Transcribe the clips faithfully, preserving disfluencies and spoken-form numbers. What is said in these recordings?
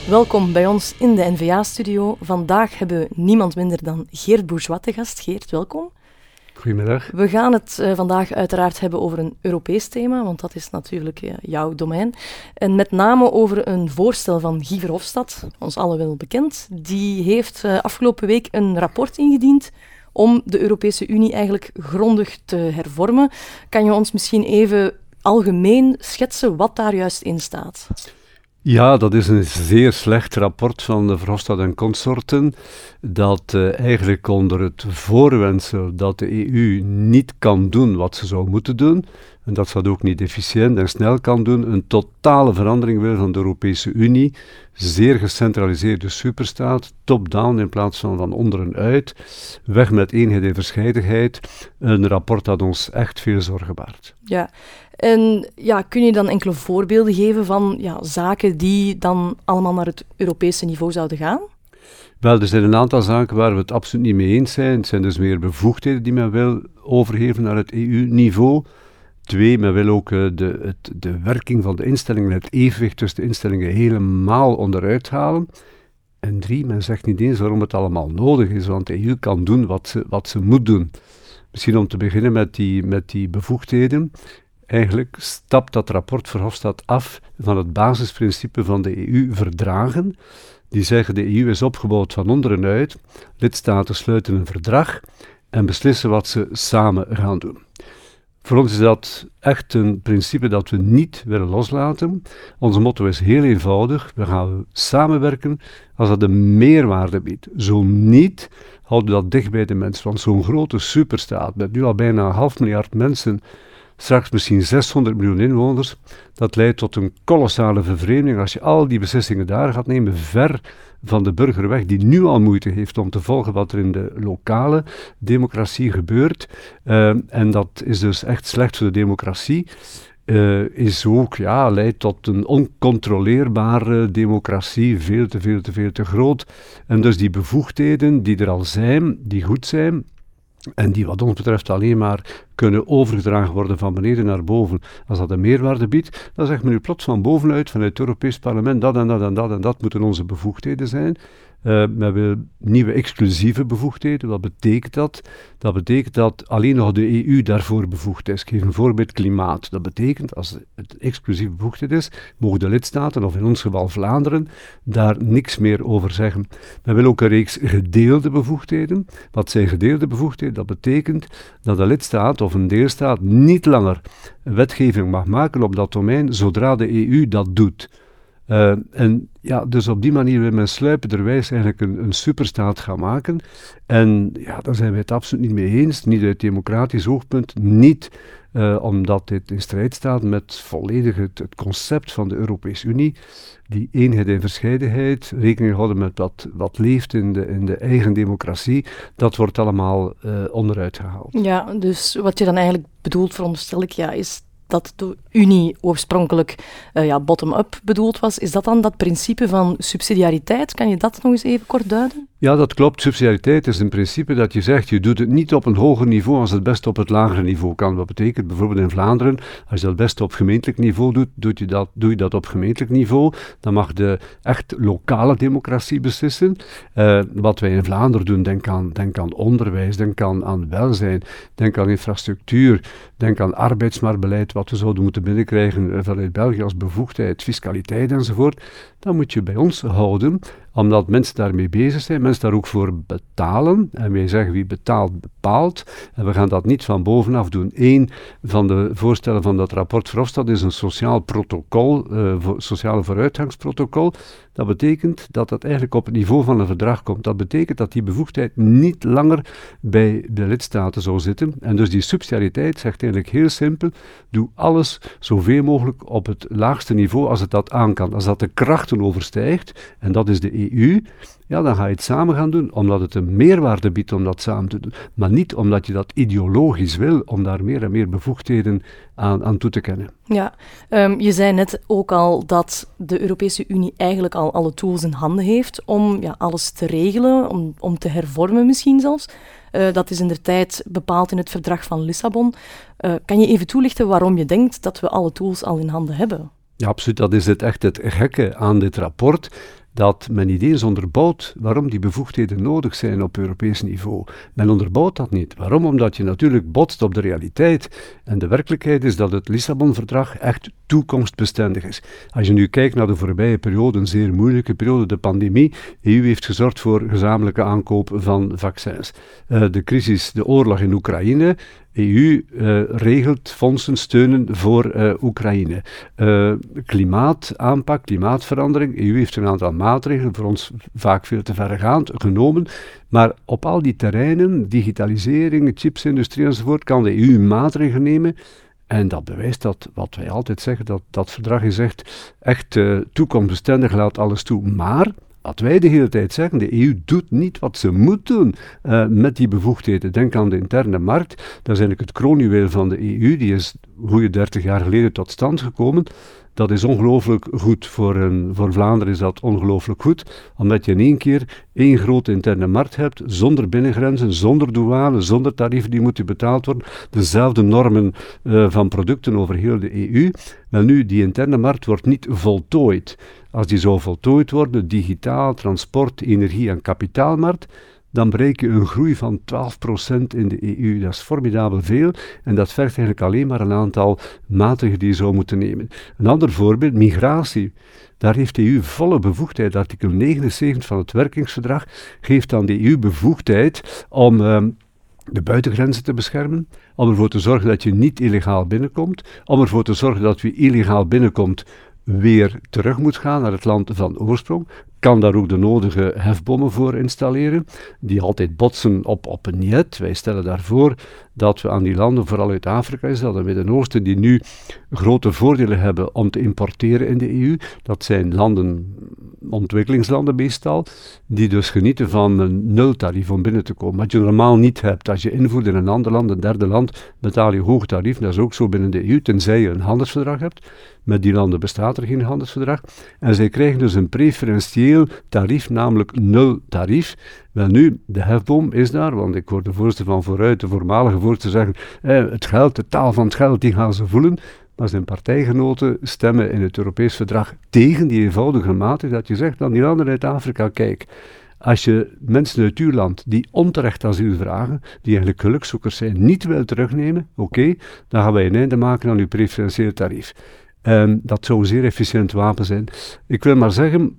Welkom bij ons in de N V A-studio. Vandaag hebben we niemand minder dan Geert Bourgeois te gast. Geert, welkom. Goedemiddag. We gaan het uh, vandaag uiteraard hebben over een Europees thema, want dat is natuurlijk uh, jouw domein. En met name over een voorstel van Guy Verhofstadt, ons allen wel bekend. Die heeft uh, afgelopen week een rapport ingediend om de Europese Unie eigenlijk grondig te hervormen. Kan je ons misschien even algemeen schetsen wat daar juist in staat? Ja, dat is een zeer slecht rapport van de Verhofstadt en consorten, dat uh, eigenlijk onder het voorwendsel dat de E U niet kan doen wat ze zou moeten doen, en dat ze dat ook niet efficiënt en snel kan doen, een totale verandering wil van de Europese Unie, zeer gecentraliseerde superstaat, top-down in plaats van van onderen uit, weg met eenheid en verscheidenheid, een rapport dat ons echt veel zorgen baart. Ja. En ja, kun je dan enkele voorbeelden geven van ja, zaken die dan allemaal naar het Europese niveau zouden gaan? Wel, er zijn een aantal zaken waar we het absoluut niet mee eens zijn. Het zijn dus meer bevoegdheden die men wil overgeven naar het E U-niveau. Twee, men wil ook uh, de, het, de werking van de instellingen, het evenwicht tussen de instellingen helemaal onderuit halen. En drie, men zegt niet eens waarom het allemaal nodig is, want de E U kan doen wat ze, wat ze moet doen. Misschien om te beginnen met die, met die bevoegdheden. Eigenlijk stapt dat rapport Verhofstadt af van het basisprincipe van de E U-verdragen. Die zeggen de E U is opgebouwd van onderen uit, lidstaten sluiten een verdrag en beslissen wat ze samen gaan doen. Voor ons is dat echt een principe dat we niet willen loslaten. Onze motto is heel eenvoudig, we gaan samenwerken als dat een meerwaarde biedt. Zo niet, houden we dat dicht bij de mens, want zo'n grote superstaat met nu al bijna een half miljard mensen, straks misschien zeshonderd miljoen inwoners, dat leidt tot een kolossale vervreemding als je al die beslissingen daar gaat nemen, ver van de burger weg, die nu al moeite heeft om te volgen wat er in de lokale democratie gebeurt. Uh, en dat is dus echt slecht voor de democratie. Uh, is ook, ja, leidt tot een oncontroleerbare democratie, veel te veel te veel te groot. En dus die bevoegdheden die er al zijn, die goed zijn, en die wat ons betreft alleen maar kunnen overgedragen worden van beneden naar boven, als dat een meerwaarde biedt, dan zegt men nu plots van bovenuit, vanuit het Europees Parlement, dat en dat en dat en dat moeten onze bevoegdheden zijn. Uh, men wil nieuwe exclusieve bevoegdheden. Wat betekent dat? Dat betekent dat alleen nog de E U daarvoor bevoegd is. Ik geef een voorbeeld, klimaat. Dat betekent, als het exclusief bevoegdheid is, mogen de lidstaten, of in ons geval Vlaanderen, daar niks meer over zeggen. Men wil ook een reeks gedeelde bevoegdheden. Wat zijn gedeelde bevoegdheden? Dat betekent dat de lidstaat of een deelstaat niet langer wetgeving mag maken op dat domein, zodra de E U dat doet. Uh, en ja, dus op die manier wil men sluipenderwijs eigenlijk een, een superstaat gaan maken. En ja, daar zijn wij het absoluut niet mee eens, niet uit democratisch oogpunt, niet uh, omdat dit in strijd staat met volledig het, het concept van de Europese Unie, die eenheid en verscheidenheid, rekening houden met wat, wat leeft in de, in de eigen democratie, dat wordt allemaal uh, onderuit gehaald. Ja, dus wat je dan eigenlijk bedoelt, veronderstel ik, ja, is dat de Unie oorspronkelijk uh, ja, bottom-up bedoeld was. Is dat dan dat principe van subsidiariteit? Kan je dat nog eens even kort duiden? Ja, dat klopt. Subsidiariteit is een principe dat je zegt, je doet het niet op een hoger niveau als het best op het lagere niveau kan. Wat betekent bijvoorbeeld in Vlaanderen, als je dat best op gemeentelijk niveau doet, doet je dat, doe je dat op gemeentelijk niveau. Dan mag de echt lokale democratie beslissen. Uh, wat wij in Vlaanderen doen, denk aan, denk aan onderwijs, denk aan, aan welzijn, denk aan infrastructuur, denk aan arbeidsmarktbeleid, wat we zouden moeten binnenkrijgen vanuit België als bevoegdheid, fiscaliteit enzovoort. Dan moet je bij ons houden, omdat mensen daarmee bezig zijn, mensen daar ook voor betalen. En wij zeggen wie betaalt, bepaalt. En we gaan dat niet van bovenaf doen. Eén van de voorstellen van dat rapport Verhofstadt is een sociaal protocol, uh, vo- sociale vooruitgangsprotocol. Dat betekent dat dat eigenlijk op het niveau van een verdrag komt. Dat betekent dat die bevoegdheid niet langer bij de lidstaten zou zitten. En dus die subsidiariteit zegt eigenlijk heel simpel, doe alles zoveel mogelijk op het laagste niveau als het dat aan kan. Als dat de krachten overstijgt, en dat is de E U, ja, dan ga je het samen gaan doen, omdat het een meerwaarde biedt om dat samen te doen. Maar niet omdat je dat ideologisch wil, om daar meer en meer bevoegdheden aan, aan toe te kennen. Ja, um, je zei net ook al dat de Europese Unie eigenlijk al alle tools in handen heeft om ja, alles te regelen, om, om te hervormen misschien zelfs. Uh, dat is indertijd bepaald in het verdrag van Lissabon. Uh, kan je even toelichten waarom je denkt dat we alle tools al in handen hebben? Ja, absoluut. Dat is het echt het gekke aan dit rapport. dat men niet eens onderbouwt waarom die bevoegdheden nodig zijn op Europees niveau. Men onderbouwt dat niet. Waarom? Omdat je natuurlijk botst op de realiteit. En de werkelijkheid is dat het Lissabon-verdrag echt toekomstbestendig is. Als je nu kijkt naar de voorbije periode, een zeer moeilijke periode, de pandemie, de E U heeft gezorgd voor gezamenlijke aankoop van vaccins. Uh, de crisis, de oorlog in Oekraïne, E U uh, regelt fondsen steunen voor uh, Oekraïne. Uh, klimaataanpak, klimaatverandering. E U heeft een aantal maatregelen, voor ons vaak veel te verregaand, genomen. Maar op al die terreinen, digitalisering, chipsindustrie enzovoort, kan de E U maatregelen nemen. En dat bewijst dat, wat wij altijd zeggen, dat dat verdrag is echt, echt uh, toekomstbestendig, laat alles toe. Maar wat wij de hele tijd zeggen, de E U doet niet wat ze moet doen uh, met die bevoegdheden. Denk aan de interne markt, dat is eigenlijk het kroonjuweel van de E U, die is goede dertig jaar geleden tot stand gekomen. Dat is ongelooflijk goed. Voor, een, voor Vlaanderen is dat ongelooflijk goed, omdat je in één keer één grote interne markt hebt, zonder binnengrenzen, zonder douane, zonder tarieven die moeten betaald worden, dezelfde normen uh, van producten over heel de E U. Wel nu, die interne markt wordt niet voltooid. Als die zou voltooid worden, digitaal, transport, energie en kapitaalmarkt, dan bereik je een groei van twaalf procent in de E U. Dat is formidabel veel en dat vergt eigenlijk alleen maar een aantal maatregelen die je zou moeten nemen. Een ander voorbeeld, migratie. Daar heeft de E U volle bevoegdheid. Artikel negenenzeventig van het werkingsverdrag geeft aan de E U bevoegdheid om uh, de buitengrenzen te beschermen, om ervoor te zorgen dat je niet illegaal binnenkomt, om ervoor te zorgen dat wie illegaal binnenkomt weer terug moet gaan naar het land van oorsprong, kan daar ook de nodige hefbommen voor installeren, die altijd botsen op, op een niet. Wij stellen daarvoor dat we aan die landen, vooral uit Afrika is dat, het Midden-Oosten, die nu grote voordelen hebben om te importeren in de E U, dat zijn landen, ontwikkelingslanden meestal, die dus genieten van een nultarief om binnen te komen. Wat je normaal niet hebt. Als je invoert in een ander land, een derde land, betaal je hoog tarief. Dat is ook zo binnen de E U, tenzij je een handelsverdrag hebt. Met die landen bestaat er geen handelsverdrag. En zij krijgen dus een preferentieel tarief, namelijk nul tarief. Wel nu, de hefboom is daar, want ik hoor de voorzitter van Vooruit, de voormalige voorzitter zeggen, eh, het geld, de taal van het geld, die gaan ze voelen. Maar zijn partijgenoten stemmen in het Europees verdrag tegen die eenvoudige maatregel dat je zegt aan die landen uit Afrika, kijk, als je mensen uit uw land die onterecht asiel vragen, die eigenlijk gelukzoekers zijn, niet wil terugnemen, oké, okay, dan gaan wij een einde maken aan uw preferentieel tarief. Um, dat zou een zeer efficiënt wapen zijn. Ik wil maar zeggen,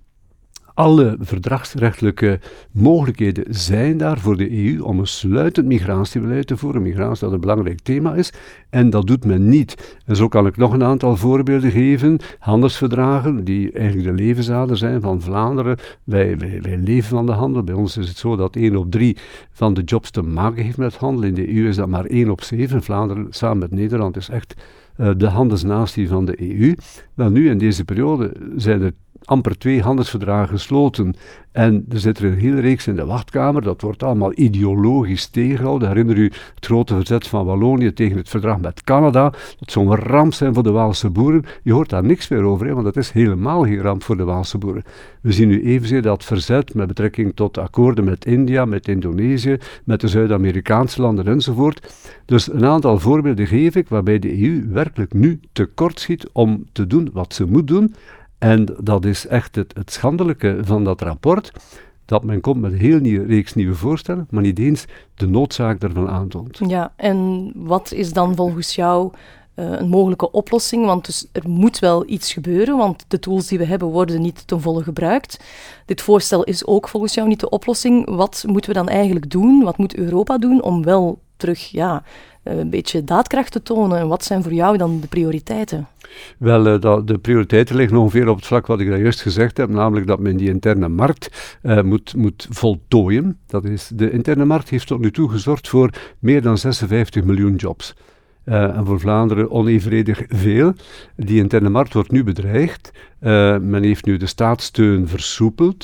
alle verdragsrechtelijke mogelijkheden zijn daar voor de E U om een sluitend migratiebeleid te voeren. Migratie dat een belangrijk thema is. En dat doet men niet. En zo kan ik nog een aantal voorbeelden geven. Handelsverdragen, die eigenlijk de levensader zijn van Vlaanderen. Wij, wij, wij leven van de handel. Bij ons is het zo dat één op drie van de jobs te maken heeft met handel. In de E U is dat maar één op zeven. Vlaanderen samen met Nederland is echt uh, de handelsnatie van de E U. Wel nu, in deze periode zijn er amper twee handelsverdragen gesloten en er zit er een hele reeks in de wachtkamer. Dat wordt allemaal ideologisch tegengehouden. Herinner u het grote verzet van Wallonië tegen het verdrag met Canada? Dat zou een ramp zijn voor de Waalse boeren. Je hoort daar niks meer over, hè, want dat is helemaal geen ramp voor de Waalse boeren. We zien nu evenzeer dat verzet met betrekking tot akkoorden met India, met Indonesië, met de Zuid-Amerikaanse landen enzovoort. Dus een aantal voorbeelden geef ik waarbij de E U werkelijk nu tekort schiet om te doen wat ze moet doen. En dat is echt het, het schandelijke van dat rapport, dat men komt met een heel nieuwe reeks nieuwe voorstellen, maar niet eens de noodzaak daarvan aantoont. Ja, en wat is dan volgens jou uh, een mogelijke oplossing? Want dus er moet wel iets gebeuren, want de tools die we hebben worden niet ten volle gebruikt. Dit voorstel is ook volgens jou niet de oplossing. Wat moeten we dan eigenlijk doen? Wat moet Europa doen om wel terug ja, een beetje daadkracht te tonen? En wat zijn voor jou dan de prioriteiten? Wel, uh, dat, de prioriteiten liggen ongeveer op het vlak wat ik daar juist gezegd heb, namelijk dat men die interne markt uh, moet, moet voltooien. Dat is, de interne markt heeft tot nu toe gezorgd voor meer dan zesenvijftig miljoen jobs. Uh, en voor Vlaanderen onevenredig veel. Die interne markt wordt nu bedreigd. Uh, men heeft nu de staatssteun versoepeld.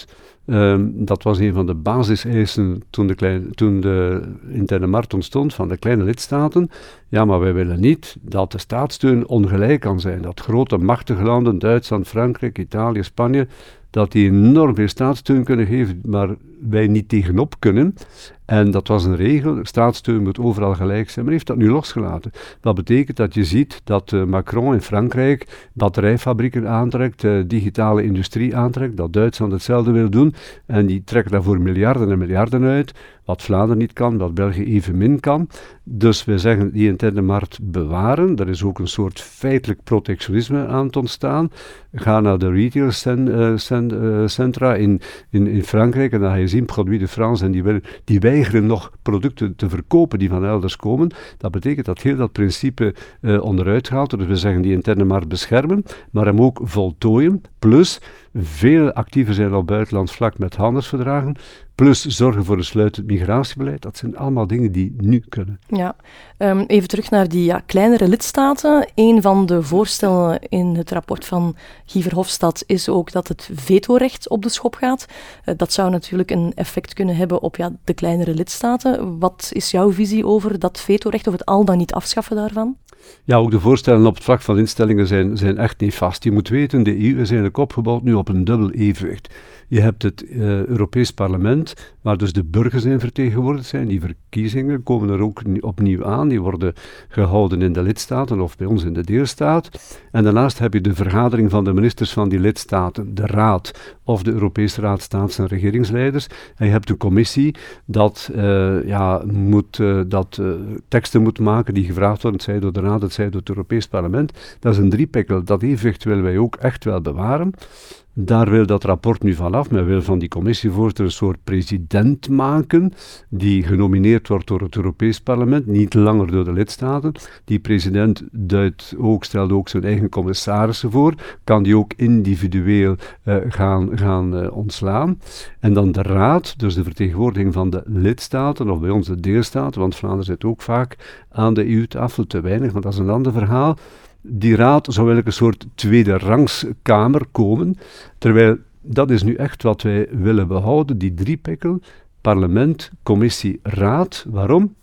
Um, dat was een van de basiseisen toen de, kleine, toen de interne markt ontstond van de kleine lidstaten. Ja, maar wij willen niet dat de staatssteun ongelijk kan zijn. Dat grote machtige landen, Duitsland, Frankrijk, Italië, Spanje, dat die enorm veel staatssteun kunnen geven, maar wij niet tegenop kunnen. En dat was een regel, staatssteun moet overal gelijk zijn, maar heeft dat nu losgelaten. Dat betekent dat je ziet dat uh, Macron in Frankrijk batterijfabrieken aantrekt, uh, digitale industrie aantrekt, dat Duitsland hetzelfde wil doen, en die trekken daarvoor miljarden en miljarden uit, wat Vlaanderen niet kan, wat België evenmin kan. Dus wij zeggen die interne markt bewaren, er is ook een soort feitelijk protectionisme aan het ontstaan. Ga naar de retail cen, uh, cen, uh, centra in, in, in Frankrijk en dan ga je zien, Produits de France, en die, wil, die weigeren nog producten te verkopen die van elders komen. Dat betekent dat heel dat principe uh, onderuit gaat. Dus we zeggen die interne markt beschermen, maar hem ook voltooien. Plus veel actiever zijn op buitenlands vlak met handelsverdragen. Plus zorgen voor een sluitend migratiebeleid. Dat zijn allemaal dingen die nu kunnen. Ja, um, even terug naar die ja, kleinere lidstaten. Een van de voorstellen in het rapport van Guy Verhofstadt is ook dat het vetorecht op de schop gaat. Uh, dat zou natuurlijk een effect kunnen hebben op ja, de kleinere lidstaten. Wat is jouw visie over dat vetorecht of het al dan niet afschaffen daarvan? Ja, ook de voorstellen op het vlak van instellingen zijn, zijn echt nefast. Je moet weten, de E U is eigenlijk opgebouwd nu op een dubbel evenwicht. Je hebt het uh, Europees Parlement, waar dus de burgers in vertegenwoordigd zijn. Die verkiezingen komen er ook opnieuw aan. Die worden gehouden in de lidstaten of bij ons in de deelstaat. En daarnaast heb je de vergadering van de ministers van die lidstaten, de Raad of de Europese Raad, staats- en regeringsleiders. En je hebt een commissie dat, uh, ja, moet, uh, dat uh, teksten moet maken die gevraagd worden, het zij door de Raad, het zij door het Europees Parlement. Dat is een driepikkel. Dat evenwicht willen wij ook echt wel bewaren. Daar wil dat rapport nu vanaf. Men wil van die commissievoorzitter een soort president maken, die genomineerd wordt door het Europees Parlement, niet langer door de lidstaten. Die president duidt ook, stelt ook zijn eigen commissarissen voor, kan die ook individueel uh, gaan, gaan uh, ontslaan. En dan de Raad, dus de vertegenwoordiging van de lidstaten, of bij ons de deelstaten, want Vlaanderen zit ook vaak aan de E U-tafel, te weinig, maar dat is een ander verhaal. Die raad zou eigenlijk een soort tweede rangskamer komen, terwijl dat is nu echt wat wij willen behouden, die driepikkel, parlement, commissie, raad. Waarom?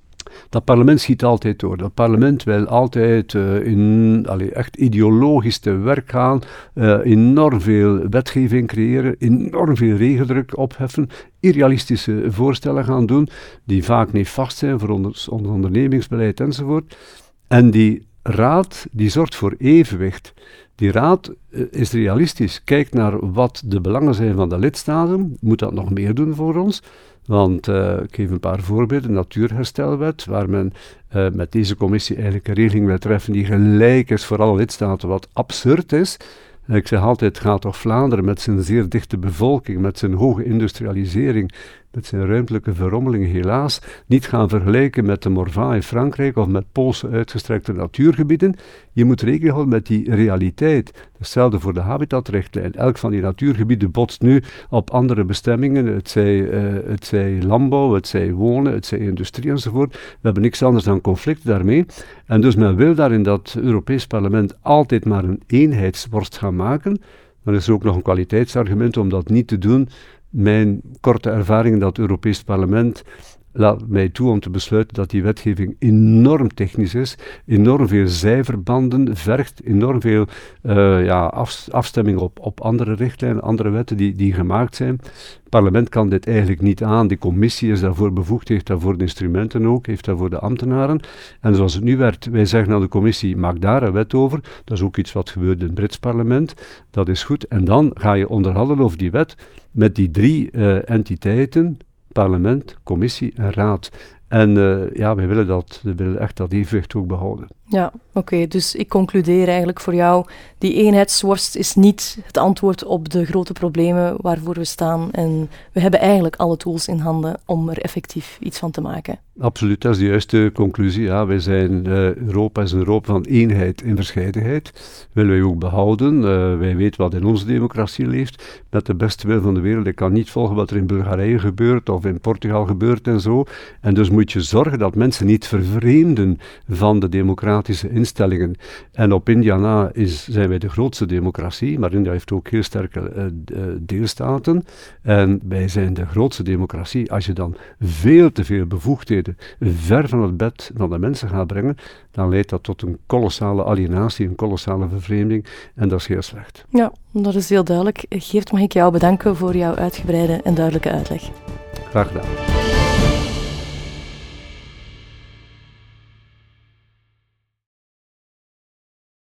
Dat parlement schiet altijd door. Dat parlement wil altijd uh, in, allee, echt ideologisch te werk gaan, uh, enorm veel wetgeving creëren, enorm veel regeldruk opheffen, irrealistische voorstellen gaan doen, die vaak nefast zijn voor ons ondernemingsbeleid enzovoort. En die raad die zorgt voor evenwicht. Die raad uh, is realistisch, kijkt naar wat de belangen zijn van de lidstaten, moet dat nog meer doen voor ons. Want uh, ik geef een paar voorbeelden, natuurherstelwet, waar men uh, met deze commissie eigenlijk een regeling wil treffen die gelijk is voor alle lidstaten, wat absurd is. Ik zeg altijd, gaat toch Vlaanderen met zijn zeer dichte bevolking, met zijn hoge industrialisering, met zijn ruimtelijke verrommeling helaas, niet gaan vergelijken met de Morvan in Frankrijk of met Poolse uitgestrekte natuurgebieden. Je moet rekening houden met die realiteit. Hetzelfde voor de habitatrichtlijn. Elk van die natuurgebieden botst nu op andere bestemmingen. Het zij, uh, het zij landbouw, het zij wonen, het zij industrie enzovoort. We hebben niks anders dan conflict daarmee. En dus men wil daar in dat Europees Parlement altijd maar een eenheidsworst gaan maken. Dan is er ook nog een kwaliteitsargument om dat niet te doen. Mijn korte ervaring in dat Europees Parlement laat mij toe om te besluiten dat die wetgeving enorm technisch is, enorm veel zijverbanden vergt, enorm veel uh, ja, af, afstemming op, op andere richtlijnen, andere wetten die, die gemaakt zijn. Het parlement kan dit eigenlijk niet aan. De commissie is daarvoor bevoegd, heeft daarvoor de instrumenten ook, heeft daarvoor de ambtenaren. En zoals het nu werd, wij zeggen aan de commissie, maak daar een wet over. Dat is ook iets wat gebeurt in het Brits parlement. Dat is goed. En dan ga je onderhandelen over die wet met die drie uh, entiteiten, parlement, commissie en raad. En uh, ja, wij willen, dat, we willen echt dat evenwicht ook behouden. Ja, oké. Okay, dus ik concludeer eigenlijk voor jou, die eenheidsworst is niet het antwoord op de grote problemen waarvoor we staan. En we hebben eigenlijk alle tools in handen om er effectief iets van te maken. Absoluut, dat is de juiste conclusie. Ja, wij zijn, uh, Europa is een Europa van eenheid in verscheidenheid. Willen wij ook behouden. Uh, wij weten wat in onze democratie leeft. Met de beste wil van de wereld. Ik kan niet volgen wat er in Bulgarije gebeurt of in Portugal gebeurt en zo. En dus moet je zorgen dat mensen niet vervreemden van de democratie democratische instellingen. En op India na is, zijn wij de grootste democratie, maar India heeft ook heel sterke uh, deelstaten. En wij zijn de grootste democratie. Als je dan veel te veel bevoegdheden ver van het bed van de mensen gaat brengen, dan leidt dat tot een kolossale alienatie, een kolossale vervreemding. En dat is heel slecht. Ja, dat is heel duidelijk. Geert, mag ik jou bedanken voor jouw uitgebreide en duidelijke uitleg. Graag gedaan.